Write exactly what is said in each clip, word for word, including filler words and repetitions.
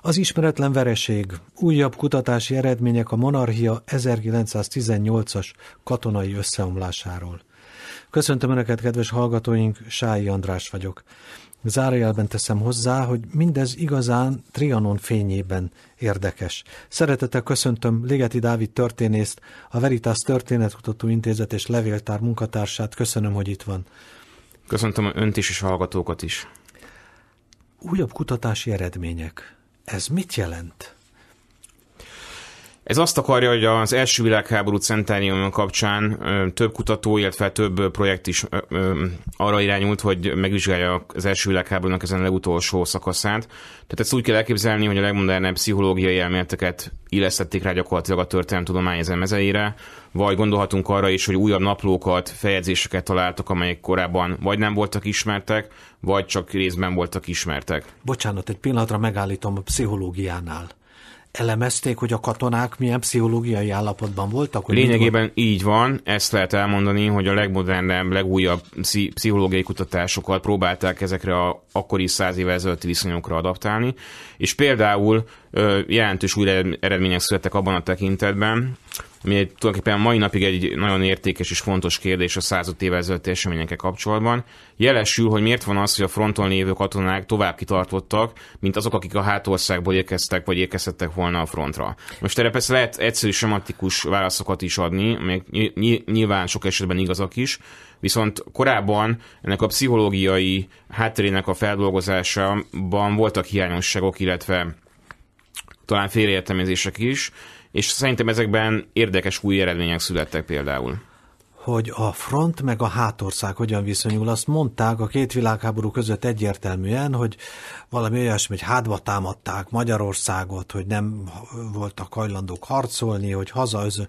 Az ismeretlen vereség, újabb kutatási eredmények a monarchia ezerkilencszáztizennyolcas katonai összeomlásáról. Köszöntöm Önöket, kedves hallgatóink, Sályi András vagyok. Zárójelben teszem hozzá, hogy mindez igazán Trianon fényében érdekes. Szeretettel köszöntöm Ligeti Dávid történészt, a Veritas Történetkutató Intézet és Levéltár munkatársát. Köszönöm, hogy itt van. Köszöntöm Önt is és a hallgatókat is. Újabb kutatási eredmények. Ez mit jelent? Ez azt akarja, hogy az első világháború centániuma kapcsán több kutató, illetve több projekt is arra irányult, hogy megvizsgálja az első világháborúnak ezen a legutolsó szakaszát. Tehát ezt úgy kell elképzelni, hogy a legmodernebb pszichológiai elméleteket illesztették rá gyakorlatilag a történelemtudomány ezen mezeire, vagy gondolhatunk arra is, hogy újabb naplókat, feljegyzéseket találtak, amelyek korábban vagy nem voltak ismertek, vagy csak részben voltak ismertek. Bocsánat, egy pillanatra megállítom a pszichológiánál. Elemezték, hogy a katonák milyen pszichológiai állapotban voltak? Lényegében így van, ezt lehet elmondani, hogy a legmodernebb, legújabb pszichológiai kutatásokat próbálták ezekre a akkori száz évvel ezelőtti viszonyokra adaptálni, és például jelentős új eredmények születtek abban a tekintetben, ami tulajdonképpen mai napig egy nagyon értékes és fontos kérdés a százöt évvel ezelőtti eseményekkel kapcsolatban. Jelesül, hogy miért van az, hogy a fronton lévő katonák tovább kitartottak, mint azok, akik a hátországból érkeztek, vagy érkezhettek volna a frontra. Most erre persze lehet egyszerű sematikus válaszokat is adni, amelyek nyilván sok esetben igazak is, viszont korábban ennek a pszichológiai hátterének a feldolgozásában voltak hiányosságok, illetve talán félreértelmezések is, és szerintem ezekben érdekes új eredmények születtek például. Hogy a front meg a hátország hogyan viszonyul, azt mondták a két világháború között egyértelműen, hogy valami olyasmi, hogy hátba támadták Magyarországot, hogy nem voltak hajlandók harcolni, hogy hazaöző.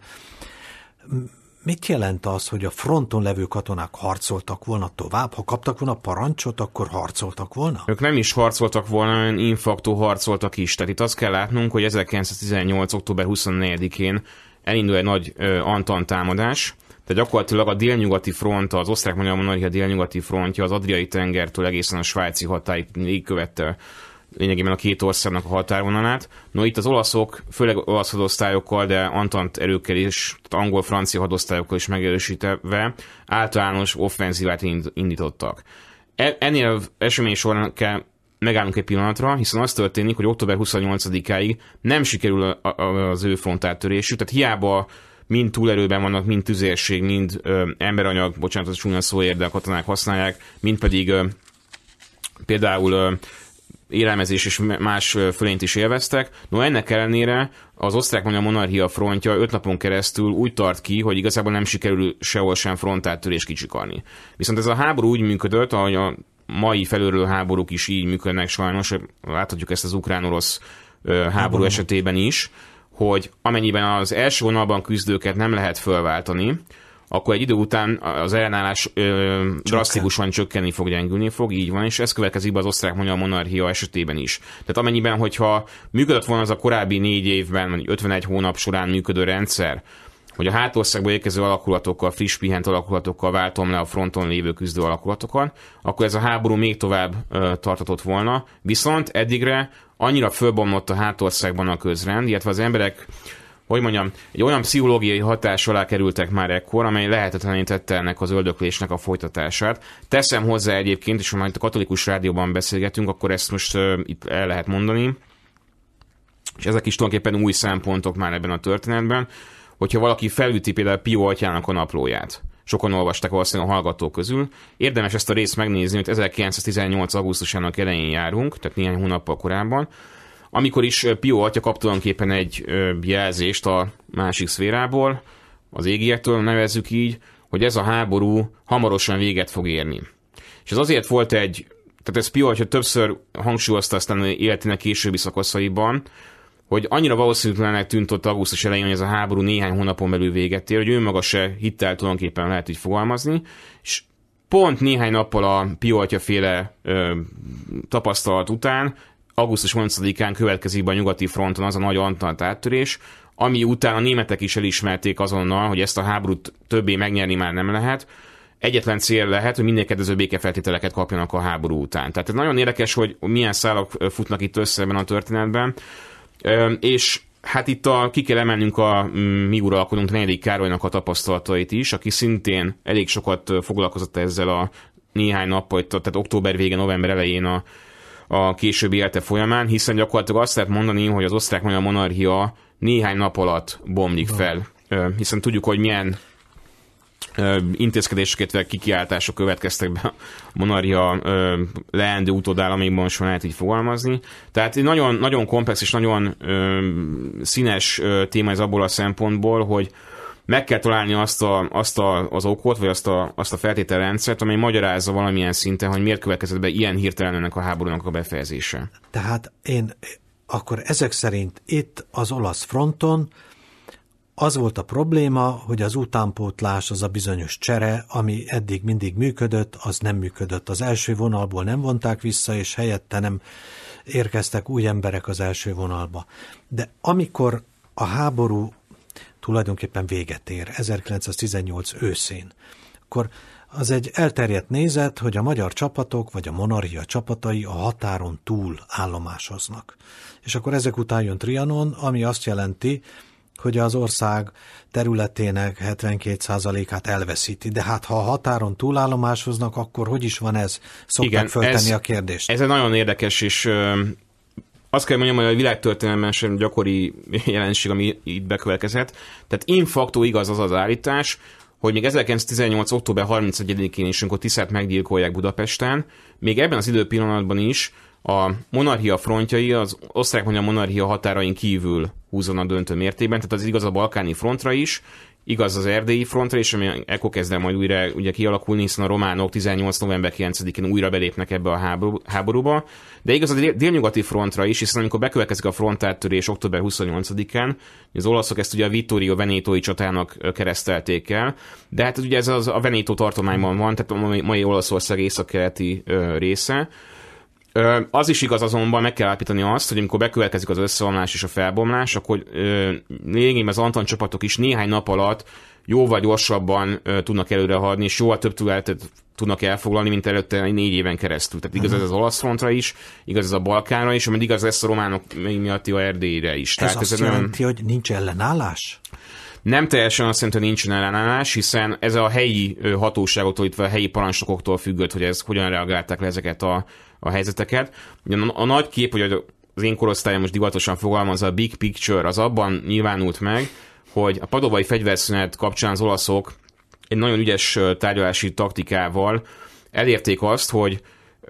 Mit jelent az, hogy a fronton levő katonák harcoltak volna tovább? Ha kaptak volna parancsot, akkor harcoltak volna? Ők nem is harcoltak volna, hanem in facto harcoltak is. Tehát itt azt kell látnunk, hogy ezerkilencszáztizennyolc. október huszonnegyedikén elindul egy nagy Antant támadás. Tehát gyakorlatilag a délnyugati front, az osztrák-magyar monarchia délnyugati frontja az Adriai tengertől egészen a svájci határig végigkövette lényegében a két országnak a határvonalát. No, itt az olaszok, főleg olasz hadosztályokkal, de Antant erőkkel is, angol-francia hadosztályokkal is megerősítve általános offenzívát indítottak. Ennél esemény során kell megállnunk egy pillanatra, hiszen az történik, hogy október huszonnyolcadikáig nem sikerül az ő frontáttörésük, tehát hiába mind túlerőben vannak, mind tüzérség, mind ö, emberanyag, bocsánat, az csúnya szóért, de a katonák használják, mind pedig ö, például ö, élelmezés és más fölényt is élveztek. No, ennek ellenére az osztrák-magyar monarchia frontja öt napon keresztül úgy tart ki, hogy igazából nem sikerül sehol sem frontáttörés kicsikarni. Viszont ez a háború úgy működött, ahogy a mai felőről háborúk is így működnek sajnos, láthatjuk ezt az ukrán-orosz háború Háború. esetében is, hogy amennyiben az első vonalban küzdőket nem lehet fölváltani, akkor egy idő után az ellenállás ö, drasztikusan csökkenni fog, gyengülni fog, így van, és ez következik be az osztrák-magyar monarchia esetében is. Tehát amennyiben, hogyha működött volna az a korábbi négy évben, vagy ötvenegy hónap során működő rendszer, hogy a hátországból érkező alakulatokkal, friss pihent alakulatokkal váltom le a fronton lévő küzdő alakulatokat, akkor ez a háború még tovább ö, tartatott volna, viszont eddigre annyira fölbomlott a hátországban a közrend, illetve az emberek, hogy mondjam, egy olyan pszichológiai hatás alá kerültek már ekkor, amely lehetetlenítette ennek az öldöklésnek a folytatását. Teszem hozzá egyébként, és ha majd a katolikus rádióban beszélgetünk, akkor ezt most uh, itt el lehet mondani, és ezek is tulajdonképpen új szempontok már ebben a történetben, hogyha valaki felüti például Pio atyának a naplóját. Sokan olvasták valószínűleg a hallgatók közül. Érdemes ezt a részt megnézni, hogy ezerkilencszáztizennyolc. augusztusának elején járunk, tehát néhány hónappal korábban, amikor is Pio atya kap tulajdonképpen egy jelzést a másik szférából, az égiektől nevezzük így, hogy ez a háború hamarosan véget fog érni. És ez azért volt egy, tehát ez Pio atya többször hangsúlyozta aztán életének későbbi szakaszaiban, hogy annyira valószínűtlenek tűnt ott augusztus elején, hogy ez a háború néhány hónapon belül véget ér, hogy ő maga se hitt el tulajdonképpen lehet így fogalmazni, és pont néhány nappal a Pio atya féle ö, tapasztalat után, augusztus huszonnyolcadikán következik be a nyugati fronton az a nagy Antant áttörés, ami után a németek is elismerték azonnal, hogy ezt a háborút többé megnyerni már nem lehet. egyetlen cél lehet, hogy minél kedvező békefeltételeket kapjanak a háború után. Tehát ez nagyon érdekes, hogy milyen szálak futnak itt össze ebben a történetben, és hát itt a, ki kell emelnünk a mi uralkodónk negyedik Károlynak a tapasztalatait is, aki szintén elég sokat foglalkozott ezzel a néhány nappal, tehát október végén, november elején a, a későbbi élete folyamán, hiszen gyakorlatilag azt lehet mondani, hogy az osztrák-magyar monarchia néhány nap alatt bomlik fel, hiszen tudjuk, hogy milyen intézkedéseket, kikiáltások következtek be a monarchia leendő utódállamaiban, most lehet így fogalmazni. Tehát nagyon, nagyon komplex és nagyon ö, színes ö, téma ez abból a szempontból, hogy meg kell találni azt, a, azt a, az okot, vagy azt a, azt a feltételrendszert, amely magyarázza valamilyen szinten, hogy miért következett be ilyen hirtelen ennek a háborúnak a befejezése. Tehát én akkor ezek szerint itt az olasz fronton az volt a probléma, hogy az utánpótlás, az a bizonyos csere, ami eddig mindig működött, az nem működött. Az első vonalból nem vonták vissza, és helyette nem érkeztek új emberek az első vonalba. De amikor a háború tulajdonképpen véget ér, ezerkilencszáztizennyolc őszén, akkor az egy elterjedt nézet, hogy a magyar csapatok, vagy a monarchia csapatai a határon túl állomásoznak. És akkor ezek után jön Trianon, ami azt jelenti, hogy az ország területének hetvenkét százalékát elveszíti. De hát ha a határon túlállomásoznak, akkor hogy is van ez? Szokták Igen, föltenni ez, a kérdést. Ez egy nagyon érdekes, és ö, azt kell mondjam, hogy a világtörténelemben sem gyakori jelenség, ami itt bekövetkezett. Tehát in facto igaz az az állítás, hogy még ezerkilencszáztizennyolc. október harmincegyedikén is, amikor Tiszát meggyilkolják Budapesten, még ebben az időpillanatban is a monarchia frontjai az osztrák-magyar monarchia határain kívül húzanak döntő mértékben, tehát az igaz a balkáni frontra is, igaz az erdélyi frontra is, ami ekkor kezd el majd újra ugye kialakulni, hiszen a románok tizennyolc. november kilencedikén újra belépnek ebbe a háború, háborúba, de igaz a délnyugati frontra is, hiszen amikor bekövetkezik a frontáttörés október huszonnyolcadikán, az olaszok ezt ugye a Vittorio Venetói csatának keresztelték el, de hát ugye ez az, a Veneto tartományban van, tehát a mai Olaszország északkeleti része. Az is igaz azonban, meg kell állapítani azt, hogy amikor bekövetkezik az összeomlás és a felbomlás, akkor lényegében az Antant csapatok is néhány nap alatt jóval gyorsabban ö, tudnak előre haladni, és jóval több területet tudnak elfoglalni, mint előtte négy éven keresztül. Tehát igaz ez az olasz frontra is, igaz ez a Balkánra is, amíg igaz lesz a románok miatti a Erdélyre is. Ez Tehát azt ez jelenti, nem... hogy nincs ellenállás? Nem teljesen azt jelenti, hogy nincsen ellenállás, hiszen ez a helyi hatóságoktól, illetve a helyi parancsnokoktól függött, hogy ez hogyan reagálták le ezeket a, a helyzeteket. Ugyan a, a nagy kép, hogy az én korosztályom most divatosan fogalmazza, a big picture, az abban nyilvánult meg, hogy a padovai fegyverszünet kapcsán az olaszok egy nagyon ügyes tárgyalási taktikával elérték azt, hogy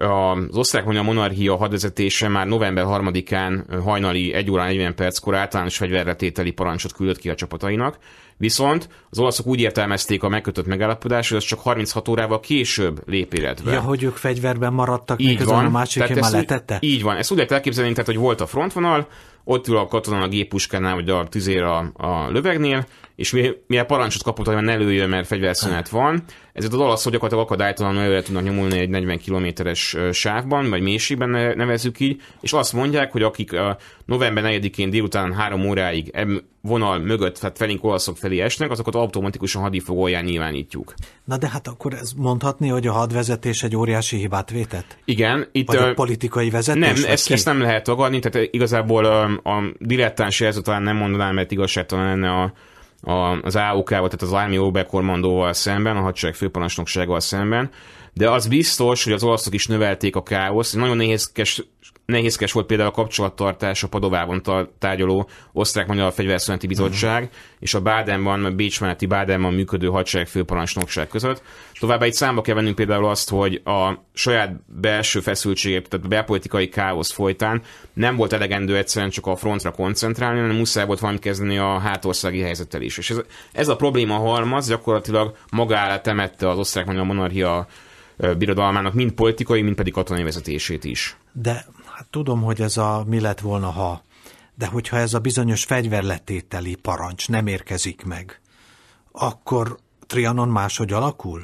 az osztrák-magyar monarchia hadvezetése már november harmadikán hajnali egy óra negyven perckor általános fegyverletételi parancsot küldött ki a csapatainak, viszont az olaszok úgy értelmezték a megkötött megállapodást, hogy az csak harminchat órával később lép életbe. Ja, hogy ők fegyverben maradtak, miközben a másik már letette? Így van, ezt úgy lehet elképzelni, tehát, hogy volt a frontvonal, ott ül a katona a géppuskánál, vagy a tüzér a, a lövegnél, és mivel parancsot kapott, hogy ne lőjön, mert fegyverszünet van, ezért az olaszok gyakorlatilag akadálytalanul előre tudnak nyomulni egy negyven kilométeres sávban, vagy mélységben nevezzük így, és azt mondják, hogy akik a november negyedikén délután három óráig vonal mögött, tehát felénk olaszok felé esnek, azokat automatikusan hadifogóján nyilvánítjuk. Na de hát akkor ez mondhatni, hogy a hadvezetés egy óriási hibát vétett? Igen. Itt, vagy a politikai vezetés? Nem, ezt, ezt nem lehet tagadni, tehát igazából a, a dilettáns jelző talán nem mondanám, mert igazságtalan lenne a, a, az á o ká-val, tehát az Army Oberkommandóval szemben, a hadsereg főparancsnoksággal szemben, de az biztos, hogy az olaszok is növelték a káoszt. Nagyon nehézkes, nehézkes volt például a kapcsolattartás a Padovában tárgyaló osztrák-magyar fegyverszüneti bizottság uh-huh. és a Bádenban, Bécs melletti Bádenban működő hadsereg főparancsnokság között. Továbbá itt számba kell vennünk például azt, hogy a saját belső feszültségek, tehát a belpolitikai káosz folytán nem volt elegendő egyszerűen csak a frontra koncentrálni, hanem muszáj volt valamit kezdeni a hátországi helyzettel is. És ez, ez a probléma halmaz gyakorlatilag magára temette az osztrák-magyar monarchia birodalmának mind politikai, mind pedig katonai vezetését is. De hát tudom, hogy ez a mi lett volna, ha, de hogyha ez a bizonyos fegyverletételi parancs nem érkezik meg, akkor Trianon máshogy alakul?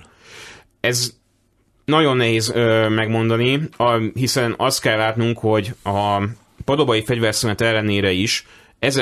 Ez nagyon nehéz ö, megmondani, a, hiszen azt kell látnunk, hogy a padovai fegyverszünet ellenére is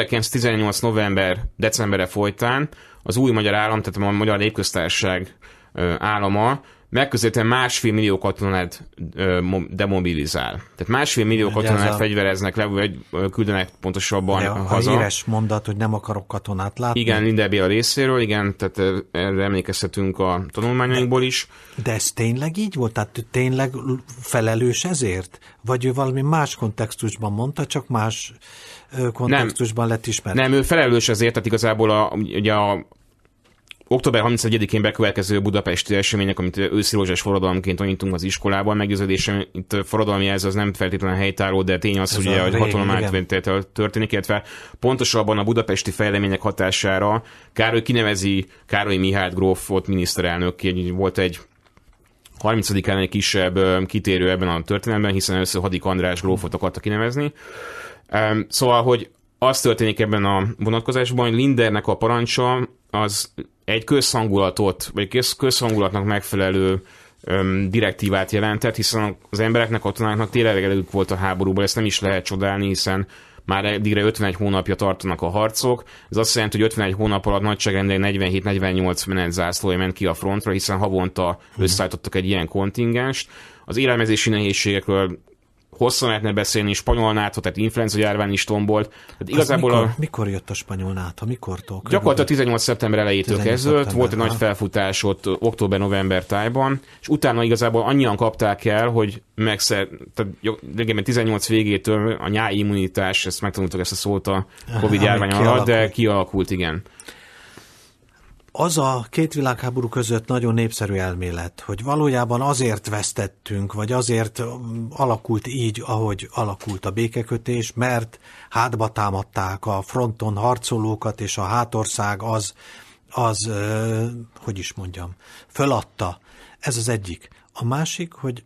ezerkilencszáztizennyolc. november decemberre folytán az új magyar állam, tehát a Magyar Népköztársaság állama megközelítően másfél millió katonát demobilizál. Tehát másfél millió katonát a... fegyvereznek le, vagy küldenek pontosabban de haza. A híres mondat, hogy nem akarok katonát látni. Igen, Linderbe a részéről, igen, tehát erre emlékezhetünk a tanulmányainkból is. De ez tényleg így volt? Tehát tényleg felelős ezért? Vagy ő valami más kontextusban mondta, csak más kontextusban nem, lett ismert? Nem, ő felelős ezért, tehát igazából a, ugye a október harmincegyedikén bekövetkező budapesti események, amit őszi rózsás forradalomként tanítunk az iskolában, meggyőződésem, itt forradalmi jelző az nem feltétlenül helytálló, de tény az, hogy, hogy hatalom átvétel történik, illetve pontosabban a budapesti fejlemények hatására Károly kinevezi Károly Mihály grófot miniszterelnökké. Volt egy harmincadikán egy kisebb kitérő ebben a történetben, hiszen először Hadik András grófot akarta kinevezni. Szóval, hogy az történik ebben a vonatkozásban, hogy Lindernek a parancsa az egy közhangulatot, vagy közhangulatnak megfelelő öm, direktívát jelentett, hiszen az embereknek, katonáknak tényleg elég volt a háborúból, ezt nem is lehet csodálni, hiszen már eddigre ötvenegy hónapja tartanak a harcok. Ez azt jelenti, hogy ötvenegy hónap alatt nagyságrendileg negyvenhét-negyvennyolc menetzászlója ment ki a frontra, hiszen havonta összeállítottak egy ilyen kontingenst. Az élelmezési nehézségekről hosszan lehetne beszélni, spanyol nátha, tehát influenza járvány is tombolt. Tehát igazából mikor, a... mikor jött a spanyol nátha? Mikortól? Gyakorlatilag tizennyolc szeptember elejétől kezdődött, volt egy ha. nagy felfutás ott október-november tájban, és utána igazából annyian kapták el, hogy megszer... tehát tizennyolc végétől a nyári immunitás, ezt megtanultak ezt a szót a Covid járvány alatt, de kialakult, igen. Az a két világháború között nagyon népszerű elmélet, hogy valójában azért vesztettünk, vagy azért alakult így, ahogy alakult a békekötés, mert hátba támadták a fronton harcolókat, és a hátország az, az hogy is mondjam, föladta. Ez az egyik. A másik, hogy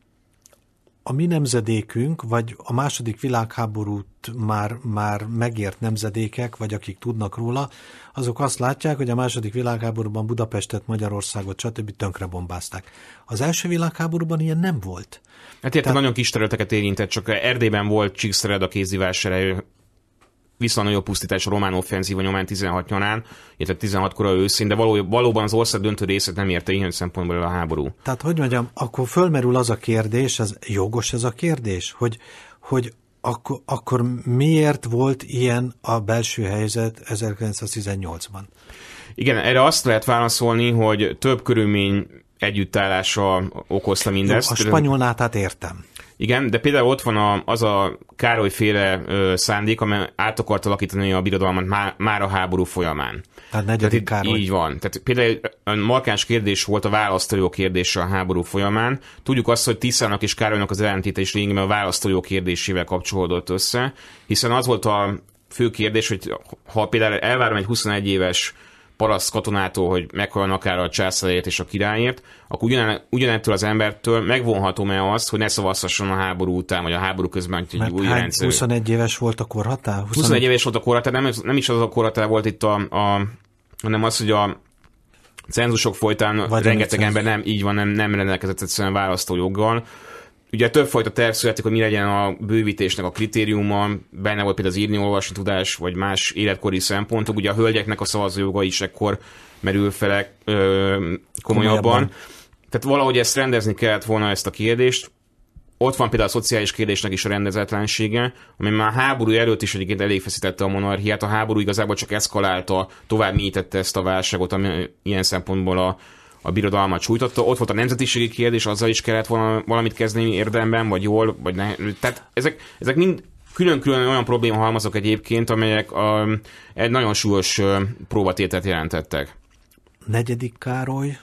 a mi nemzedékünk, vagy a második világháborút már, már megért nemzedékek, vagy akik tudnak róla, azok azt látják, hogy a második világháborúban Budapestet, Magyarországot, stb. Tönkre bombázták. Az első világháborúban ilyen nem volt. Hát érte, nagyon kis területeket érintett, csak Erdélyben volt Csíkszered a kézivásárhely, viszont nagyobb pusztítás a román offenzíva nyomán tizenhat nyarán, illetve tizenhat kora őszén, de való, valóban az ország döntő részét nem érte ilyen szempontból a háború. Tehát, hogy mondjam, akkor fölmerül az a kérdés, ez jogos ez a kérdés, hogy, hogy akkor, akkor miért volt ilyen a belső helyzet ezerkilencszáztizennyolcban? Igen, erre azt lehet válaszolni, hogy több körülmény együttállása okozta mindezt. Jó, a spanyol nátát értem. Igen, de például ott van a, az a Károly-féle ö, szándék, amely át akart alakítani a birodalmat má, már a háború folyamán. Tehát negyedik Károly. Így van. Tehát például markáns kérdés volt a választójog kérdése a háború folyamán. Tudjuk azt, hogy Tiszának és Károlynak az ellentéte is lényegében a választójog kérdésével kapcsolódott össze, hiszen az volt a fő kérdés, hogy ha például elvárom egy huszonegy éves paraszt katonától, hogy meghaljon akár a császárért és a királyért, akkor ugyan, ugyanettől az embertől megvonhatom-e azt, hogy ne szavazhasson a háború után, vagy a háború közben egy új rendszer. huszonegy éves volt a korhatár? huszonegy... huszonegy éves volt a korhatár, nem, nem is az a korhatár volt itt a, a hanem az, hogy a cenzusok folytán vagy rengeteg ember nem, így van, nem, nem rendelkezett egyszerűen választójoggal. Ugye többfajta terv születik, hogy mi legyen a bővítésnek a kritériuma, benne volt például az írni-olvasni tudás, vagy más életkori szempontok. Ugye a hölgyeknek a szavazójoga is ekkor merül fel ö, komolyabban. komolyabban. Tehát valahogy ezt rendezni kellett volna, ezt a kérdést. Ott van például a szociális kérdésnek is a rendezetlensége, ami már háború előtt is egyébként elég feszítette a monarchiát. A háború igazából csak eszkalálta, tovább mélyítette ezt a válságot, ami ilyen szempontból a a birodalmat sújtotta. Ott volt a nemzetiségi kérdés, azzal is kellett volna valamit kezdeni érdemben, vagy jól, vagy ne. Tehát ezek, ezek mind külön-külön olyan probléma halmazok egyébként, amelyek a, egy nagyon súlyos próbatételt jelentettek. Negyedik Károly,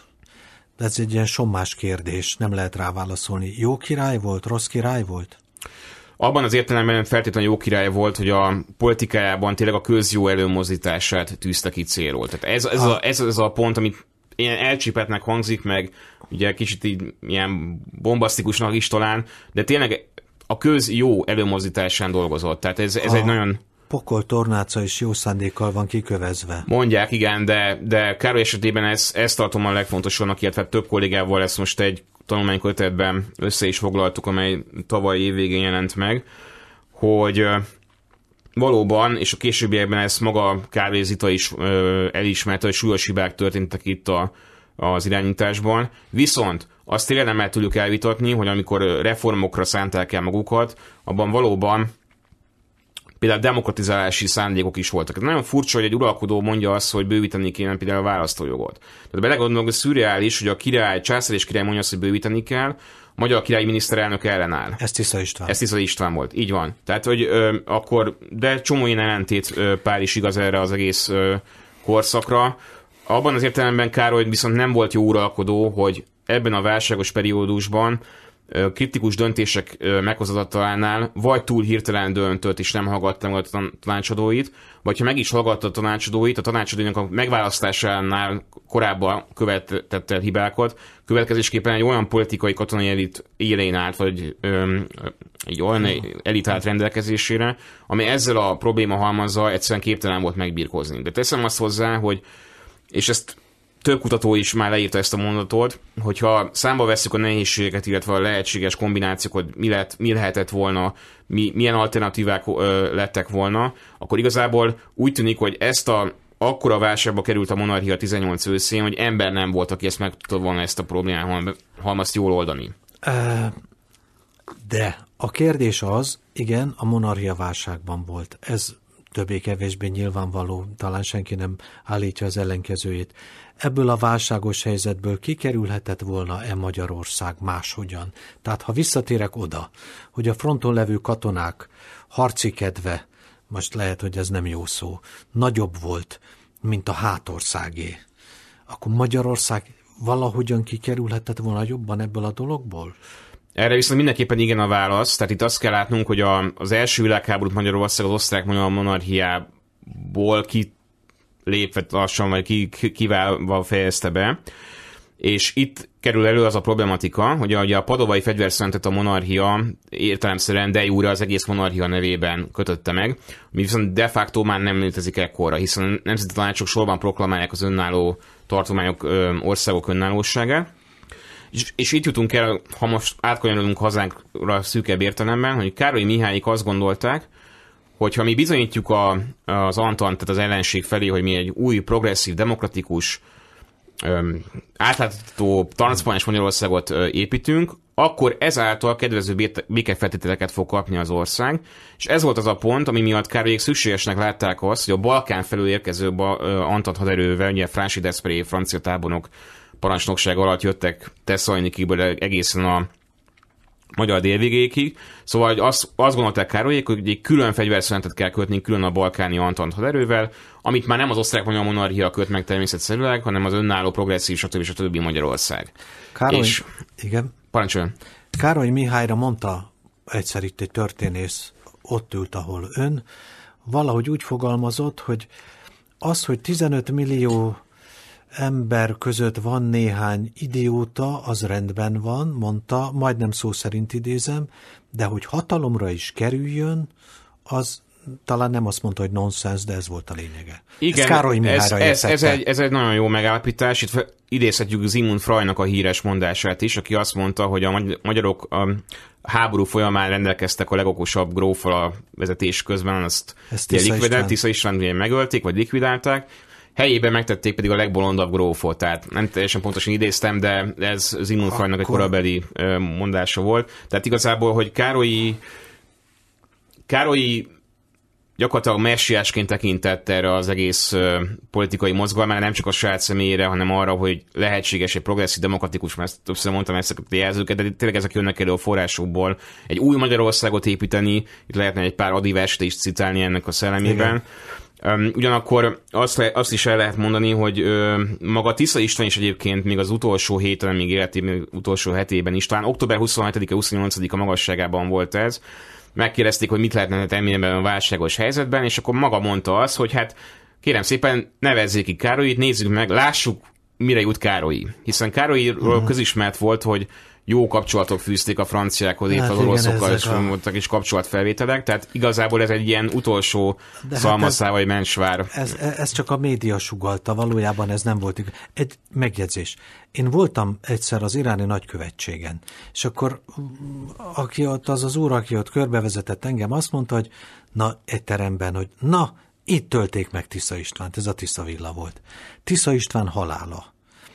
ez egy ilyen sommás kérdés, nem lehet rá válaszolni. Jó király volt, rossz király volt? Abban az értelemben feltétlenül jó király volt, hogy a politikájában tényleg a közjó előmozdítását tűzte ki célról. Tehát ez, ez, a, ez, ez a pont, amit ilyen elcsípetnek hangzik, meg ugye kicsit így ilyen bombasztikusnak is talán, de tényleg a köz jó előmozdításán dolgozott. Tehát ez, ez egy nagyon... Pokol tornáca is jó szándékkal van kikövezve. Mondják, igen, de, de Károly esetében ezt, ezt tartom a legfontosabbnak, illetve több kollégával ezt most egy tanulmánykötetben össze is foglaltuk, amely tavaly évvégén jelent meg, hogy valóban, és a későbbiekben ezt maga Károly Zita is ö, elismerte, hogy súlyos hibák történtek itt a az irányításban, viszont azt tényleg nem lehet tőlük elvitatni, hogy amikor reformokra szánták el magukat, abban valóban például demokratizálási szándékok is voltak. Ez nagyon furcsa, hogy egy uralkodó mondja azt, hogy bővíteni kéne például a választójogot. Tehát belegondolok, hogy szürreális, hogy a király, császár és király mondja azt, hogy bővíteni kell, a magyar királyi miniszterelnök ellenáll. Ez Tisza István. Ez Tisza István volt, így van. Tehát, hogy ö, akkor, de csomó ilyen ellentét ö, pár is igaz erre az egész ö, korszakra. Abban az értelemben Károly viszont nem volt jó uralkodó, hogy ebben a válságos periódusban kritikus döntések meghozatalánál vagy túl hirtelen döntött és nem hallgatta meg a tanácsadóit, vagy ha meg is hallgatta a tanácsadóit, a tanácsadóinak a megválasztásánál korábban követett el hibákat, következésképpen egy olyan politikai katonai elit élén állt, vagy öm, egy olyan elit állt rendelkezésére, ami ezzel a probléma halmazzal egyszerűen képtelen volt megbirkózni. De teszem azt hozzá, hogy, és ezt több kutató is már leírta ezt a mondatot, hogyha számba vesszük a nehézségeket, illetve a lehetséges kombinációkat, mi, lett, mi lehetett volna, mi, milyen alternatívák ö, lettek volna, akkor igazából úgy tűnik, hogy ezt a akkora válságba került a monarchia tizennyolc őszén, hogy ember nem volt, aki ezt meg tudta volna ezt a problémát halmazt jól oldani. De a kérdés az, igen, a monarchia válságban volt. Ez többé-kevésbé nyilvánvaló, talán senki nem állítja az ellenkezőjét. Ebből a válságos helyzetből kikerülhetett volna-e Magyarország máshogyan? Tehát ha visszatérek oda, hogy a fronton levő katonák harci kedve, most lehet, hogy ez nem jó szó, nagyobb volt, mint a hátországé, akkor Magyarország valahogyan kikerülhetett volna jobban ebből a dologból? Erre viszont mindenképpen igen a válasz, tehát itt azt kell látnunk, hogy a, az első világháborút Magyarország az osztrák-magyar monarchiából kilépve lassan, vagy ki, kiválva fejezte be, és itt kerül elő az a problematika, hogy a, a padovai fegyverszünetet a monarchia értelemszerűen de jure az egész monarchia nevében kötötte meg, ami viszont de facto már nem létezik ekkorra, hiszen a nemzeti tanácsok sorban proklamálják az önálló tartományok, ö, országok önállóságát. És, és itt jutunk el, ha most átkanyarodunk hazánkra szűkebb értelemben, hogy Károly Mihályik azt gondolták, hogy ha mi bizonyítjuk a, az Antant, tehát az ellenség felé, hogy mi egy új, progresszív, demokratikus, öm, átlátható, transzparens Magyarországot ö, építünk, akkor ezáltal kedvező békefeltételeket fog kapni az ország, és ez volt az a pont, ami miatt Károlyék szükségesnek látták azt, hogy a Balkán felül érkező Antant haderővel, ugye Franchi d'Esperey francia tábornok parancsnokság alatt jöttek Tesszalonikiből egészen a magyar délvégékig. Szóval azt, azt gondolták Károlyék, hogy egy külön fegyverszünetet kell kötni külön a balkáni Antant haderővel, amit már nem az osztrák-magyar monarchia köt meg természetszerűleg, hanem az önálló, progresszív, stb. stb. Magyarország. Károly, és, igen. Parancsoljon. Károly Mihályra mondta egyszer itt egy történész, ott ült, ahol ön, valahogy úgy fogalmazott, hogy az, hogy tizenöt millió ember között van néhány idióta, az rendben van, mondta, majdnem szó szerint idézem, de hogy hatalomra is kerüljön, az talán nem azt mondta, hogy nonsens, de ez volt a lényege. Igen, ez Károly Mihályra ez, ez, ez, egy, ez egy nagyon jó megállapítás. Itt idézhetjük Zsigmond Freudnak a híres mondását is, aki azt mondta, hogy a magyarok a háború folyamán rendelkeztek a legokosabb gróffal a vezetés közben, azt Tisza István megölték, vagy likvidálták. Helyében megtették pedig a legbolondabb grófot, tehát nem teljesen pontosan idéztem, de ez Zsigmond Freudnak egy korabeli mondása volt. Tehát igazából, hogy Károlyi, Károlyi gyakorlatilag messiásként tekintett erre az egész politikai mozgalmára, nem csak a saját személyére, hanem arra, hogy lehetséges egy progresszív, demokratikus, mert többször mondtam ezeket a jelzőket, de tényleg ezek jönnek elő a forrásokból. Egy új Magyarországot építeni, itt lehetne egy pár adiverset is citálni ennek a szellemében. Igen. Ugyanakkor azt, le, azt is el lehet mondani, hogy ö, maga Tisza István is egyébként még az utolsó héten, még életében, utolsó hetében is, talán október huszonhetedike huszonnyolcadika magasságában volt ez, megkérdezték, hogy mit lehetne tenni ebben a válságos helyzetben, és akkor maga mondta azt, hogy hát kérem szépen nevezzék ki Károlyit, nézzük meg, lássuk, mire jut Károlyi. Hiszen Károlyról uh-huh. közismert volt, hogy jó kapcsolatok fűzték a franciákhoz, hát az oroszokkal is a... voltak is kapcsolatfelvételek, tehát igazából ez egy ilyen utolsó szalmaszál hát vagy mencsvár. Ez, ez csak a média sugallta, valójában ez nem volt. Egy megjegyzés. Én voltam egyszer az iráni nagykövetségen, és akkor aki ott, az az úr, aki ott körbevezetett engem, azt mondta, hogy na, egy teremben, hogy na, itt tölték meg Tisza Istvánt, ez a Tisza villa volt. Tisza István halála.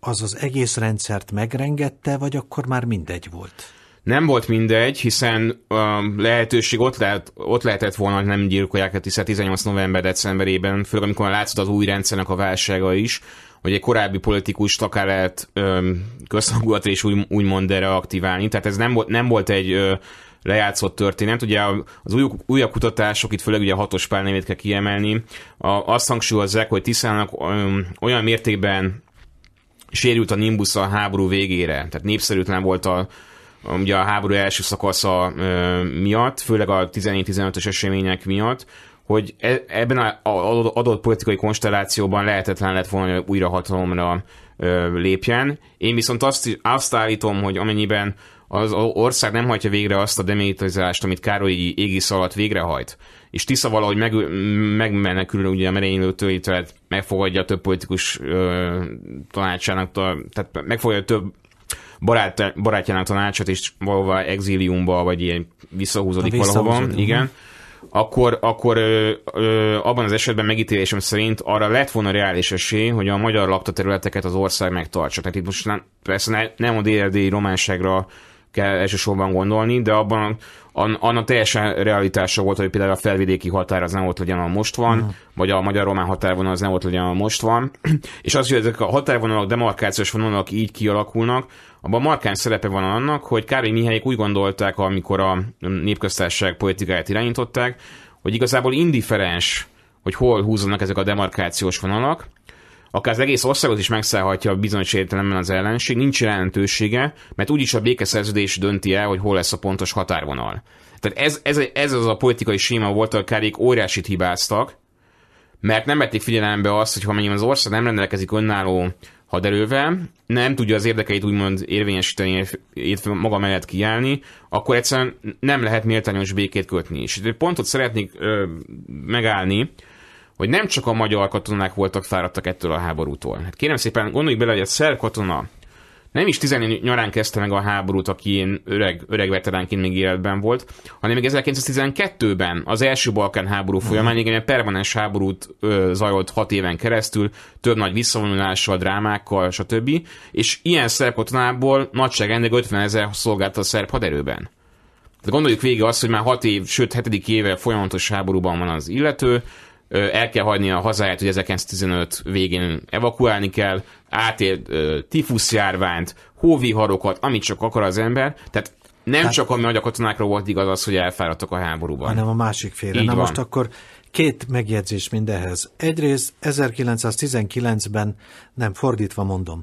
az az egész rendszert megrengette, vagy akkor már mindegy volt? Nem volt mindegy, hiszen a lehetőség ott, lehet, ott lehetett volna, hogy nem gyilkolják, hiszen tizennyolc november-decemberében, főleg amikor látszott az új rendszernek a válsága is, hogy egy korábbi politikust akár lehet közhangulatra is úgy, úgymond reaktiválni. Tehát ez nem volt, nem volt egy ö, lejátszott történet. Ugye az új, újabb kutatások, itt főleg ugye a Hatos Pál nevét kell kiemelni, a, azt hangsúlyozzák, hogy Tiszának ö, olyan mértékben sérült a nimbusza a háború végére, tehát népszerűtlen volt a ugye a háború első szakasza ö, miatt, főleg a tizennégy tizenötös események miatt, hogy ebben az adott politikai konstellációban lehetetlen lett volna, hogy újra hatalomra ö, lépjen. Én viszont azt, azt állítom, hogy amennyiben az ország nem hajtja végre azt a demilitarizálást, amit Károlyi égisz alatt végrehajt, és Tisza valahogy meg, megmenekül ugye a merénylőtől, illetve megfogadja a több politikus ö, tanácsának, tehát megfogadja több barát, barátjának tanácsot, és valahova exíliumba, vagy ilyen visszahúzódik valahova, igen, akkor, akkor ö, ö, abban az esetben megítélésem szerint arra lett volna reális esély, hogy a magyar lakta területeket az ország megtartsa. Tehát itt most nem, persze ne, nem a dé er dé románságra kell elsősorban gondolni, de abban annak teljesen realitása volt, hogy például a felvidéki határ az nem ott legyen, a most van, uh-huh. vagy a magyar-román határvonal az nem ott legyen, a most van. És az, hogy ezek a határvonalak, demarkációs vonalak így kialakulnak, abban markáns szerepe van annak, hogy Károly Mihályék úgy gondolták, amikor a népköztársaság politikáját irányították, hogy igazából indifferens, hogy hol húzzanak ezek a demarkációs vonalak, akár az egész országot is megszállhatja bizonyos értelemben az ellenség, nincs jelentősége, mert úgyis a békeszerződés dönti el, hogy hol lesz a pontos határvonal. Tehát ez, ez, ez az a politikai séma volt, ahol Károlyék óriásit hibáztak, mert nem vették figyelembe azt, hogy ha mennyiben az ország nem rendelkezik önálló haderővel, nem tudja az érdekeit úgymond érvényesíteni, illetve maga mellett kiállni, akkor egyszerűen nem lehet méltányos békét kötni. És egy pontot szeretnék ö, megállni, hogy nem csak a magyar katonák voltak fáradtak ettől a háborútól. Hát kérem szépen, gondoljuk bele, hogy a szerb katona nem is tizennégy nyarán kezdte meg a háborút, aki ilyen öreg, öreg veteránként még életben volt, hanem még ezerkilencszáztizenkettőben az első Balkán háború folyamán, igen, egy permanens háborút ö, zajlott hat éven keresztül, több nagy visszavonulással, drámákkal, stb. És ilyen szerb katonából nagyságrendileg ötvenezer szolgált a szerb haderőben. Tehát gondoljuk végig azt, hogy már hat év, sőt hetedik éve folyamatos háborúban van az illető, el kell hagyni a hazáját, hogy ezerkilencszáztizenöt végén evakuálni kell, átél tifuszjárványt, hóviharokat, amit csak akar az ember. Tehát nem hát, csak a magyar katonákra volt igaz az, hogy elfáradtak a háborúban. Hanem a másik félre. Így Na van. most akkor két megjegyzés mindehhez. Egyrészt ezerkilencszáztizenkilencben, nem fordítva mondom,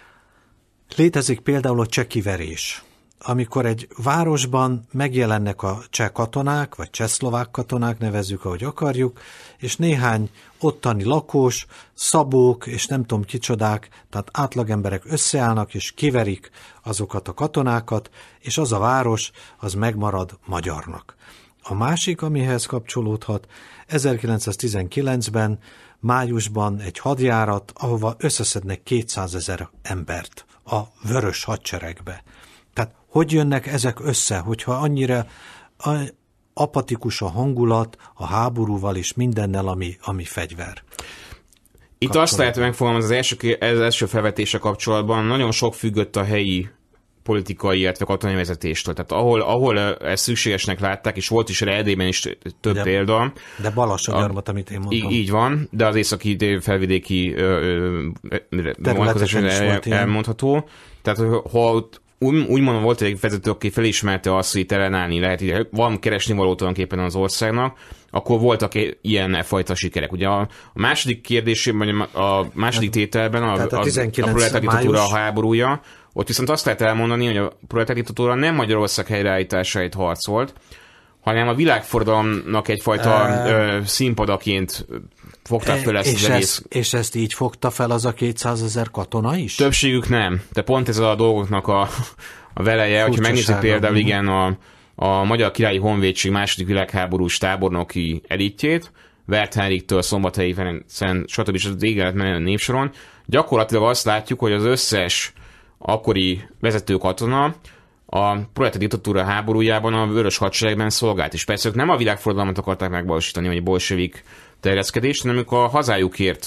létezik például a csekiverés. Amikor egy városban megjelennek a cseh katonák, vagy csehszlovák katonák, nevezzük, ahogy akarjuk, és néhány ottani lakós, szabók, és nem tudom kicsodák, tehát átlagemberek összeállnak, és kiverik azokat a katonákat, és az a város, az megmarad magyarnak. A másik, amihez kapcsolódhat, ezerkilencszáztizenkilencben, májusban egy hadjárat, ahova összeszednek kétszázezer embert a vörös hadseregbe. Tehát hogy jönnek ezek össze, hogyha annyira apatikus a hangulat a háborúval és mindennel, ami, ami fegyver? Itt azt lehet megfogalmazni az első, az első felvetése kapcsolatban, nagyon sok függött a helyi politikai, illetve katonai vezetéstől. Tehát ahol, ahol ezt szükségesnek látták, és volt is Erdélyben is több de, ha De Balassagyarmat, amit én mondtam. Így van, de az északi felvidéki vonatkozásban el, elmondható. Tehát ha úgy, úgy mondom, volt egy vezető, aki felismerte azt, hogy itt ellenállni lehet, hogy van keresni való tulajdonképpen az országnak, akkor voltak ilyen fajta sikerek. Ugye a, a második kérdésében, a második tételben a, a, a proletár diktatúra háborúja, ott viszont azt lehet elmondani, hogy a proletár diktatúra nem Magyarország helyreállításáért harcolt, hanem a világforradalomnak egyfajta e... ö, színpadaként fogta fel ezt és az egész. Ezt, és ezt így fogta fel az a kétszázezer katona is? Többségük nem. De pont ez a dolgoknak a, a veleje, hogyha megnézzük például uh-huh. igen a, a Magyar Királyi Honvédség második világháborús tábornoki elitjét, Werther-től Szombathelyi Ferencen, stb. Az égelet menő népsoron, gyakorlatilag azt látjuk, hogy az összes akkori vezető katona a proletár diktatúra háborújában a vörös hadseregben szolgált. És persze ők nem a világforradalmat akarták megvalósítani, vagy a bolsevik terjeszkedést, hanem ők a hazájukért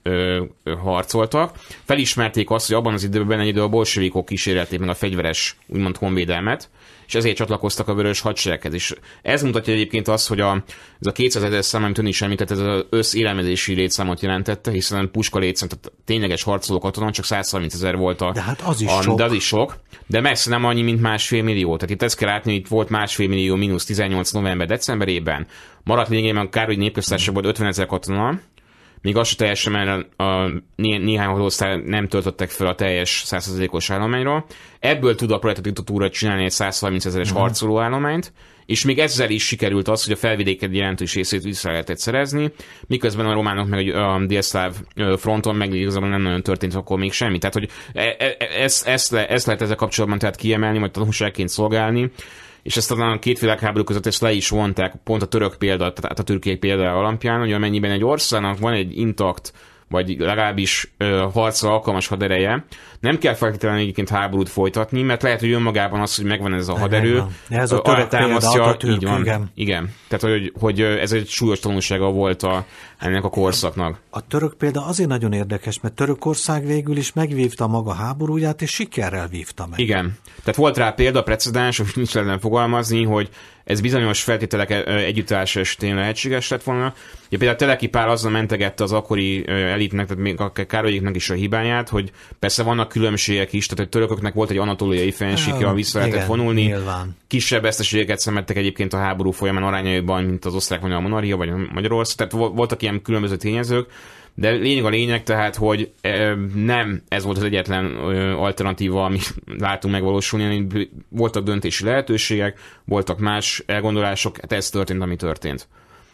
ö, ö, harcoltak. Felismerték azt, hogy abban az időben egy idő a bolsevikok kísérelték meg a fegyveres, úgymond honvédelmet, és ezért csatlakoztak a Vörös Hadsereghez. És ez mutatja egyébként azt, hogy a, ez a kétszázezer szám, amit ön is említett, ez az összélelmezési létszámot jelentette, hiszen puska létszám, tehát tényleges harcoló katona, csak százharmincezer volt a... De hát az is a, sok. De az is sok, de messze nem annyi, mint másfél millió. Tehát itt ezt kell látni, hogy itt volt másfél millió mínusz tizennyolc november-decemberében. Maradt lényegében a Károly népköztársaságban volt ötvenezer katona, még az se teljesen, mert a, a, né, néhány hatóosztály nem töltöttek fel a teljes száz százalékos állományra. Ebből tud a projektet diktatúra csinálni egy százharmincezeres uh-huh. harcoló állományt, és még ezzel is sikerült az, hogy a felvidéket jelentős részét vissza lehetett szerezni, miközben a románok meg a délszláv fronton meg igazából nem nagyon történt akkor még semmi. Tehát, hogy ezt ez, ez, ez lehet ezzel kapcsolatban tehát kiemelni, vagy tanulságként szolgálni, és ezt a két világháború között ezt le is vonták, pont a török példa, tehát a türkiek példa alapján, hogy amennyiben egy országnak van egy intakt, vagy legalábbis ö, harcra alkalmas hadereje, nem kell feltétlenül egyébként háborút folytatni, mert lehet, hogy önmagában az, hogy megvan ez a haderő, ez a török példa, így van, igen. igen. Tehát, hogy, hogy ez egy súlyos tanulsága volt a, ennek a korszaknak. A török példa azért nagyon érdekes, mert Törökország végül is megvívta maga háborúját, és sikerrel vívta meg. Igen. Tehát volt rá példa, precedens, hogy nincs lehetne fogalmazni, hogy ez bizonyos feltételek együttállása esetén lehetséges lett volna. Ja, például Teleki Pál azzal mentegette az akkori elitnek, tehát még a Károlyéknak is a hibáját, hogy persze vannak különbségek is, tehát a törököknek volt egy anatóliai fennsíkja, ha vissza lehetett vonulni. Nyilván. Kisebb veszteségeket szenvedtek egyébként a háború folyamán arányaiban, mint az osztrák-magyar monarchia, vagy Magyarország, tehát voltak ilyen különböző tényezők. De lényeg a lényeg tehát, hogy nem ez volt az egyetlen alternatíva, amit látunk megvalósulni, voltak döntési lehetőségek, voltak más elgondolások, hát ez történt, ami történt.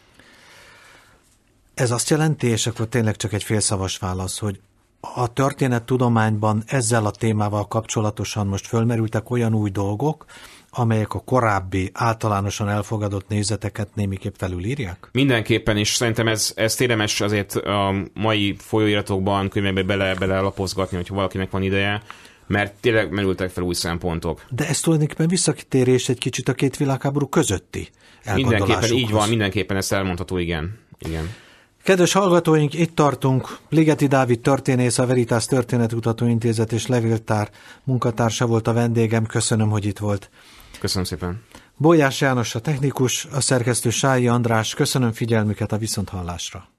Ez azt jelenti, és akkor tényleg csak egy félszavas válasz, hogy a történettudományban ezzel a témával kapcsolatosan most fölmerültek olyan új dolgok, amelyek a korábbi általánosan elfogadott nézeteket némiképp felülírják? Mindenképpen, és szerintem ez, ez érdemes azért a mai folyóiratokban, könyvekben bele, bele lapozgatni, hogyha valakinek van ideje, mert tényleg merültek fel új szempontok. De ez tulajdonképpen visszakitérés egy kicsit a két világháború közötti elgondolásukhoz. Mindenképpen így van, mindenképpen ezt elmondható, igen. igen. Kedves hallgatóink, itt tartunk. Ligeti Dávid történész, a Veritas Történetkutató Intézet és levéltár munkatársa volt a vendégem. Köszönöm, hogy itt volt. Köszönöm szépen. Bolyás János a technikus, a szerkesztő Sályi András. Köszönöm figyelmüket, a viszonthallásra.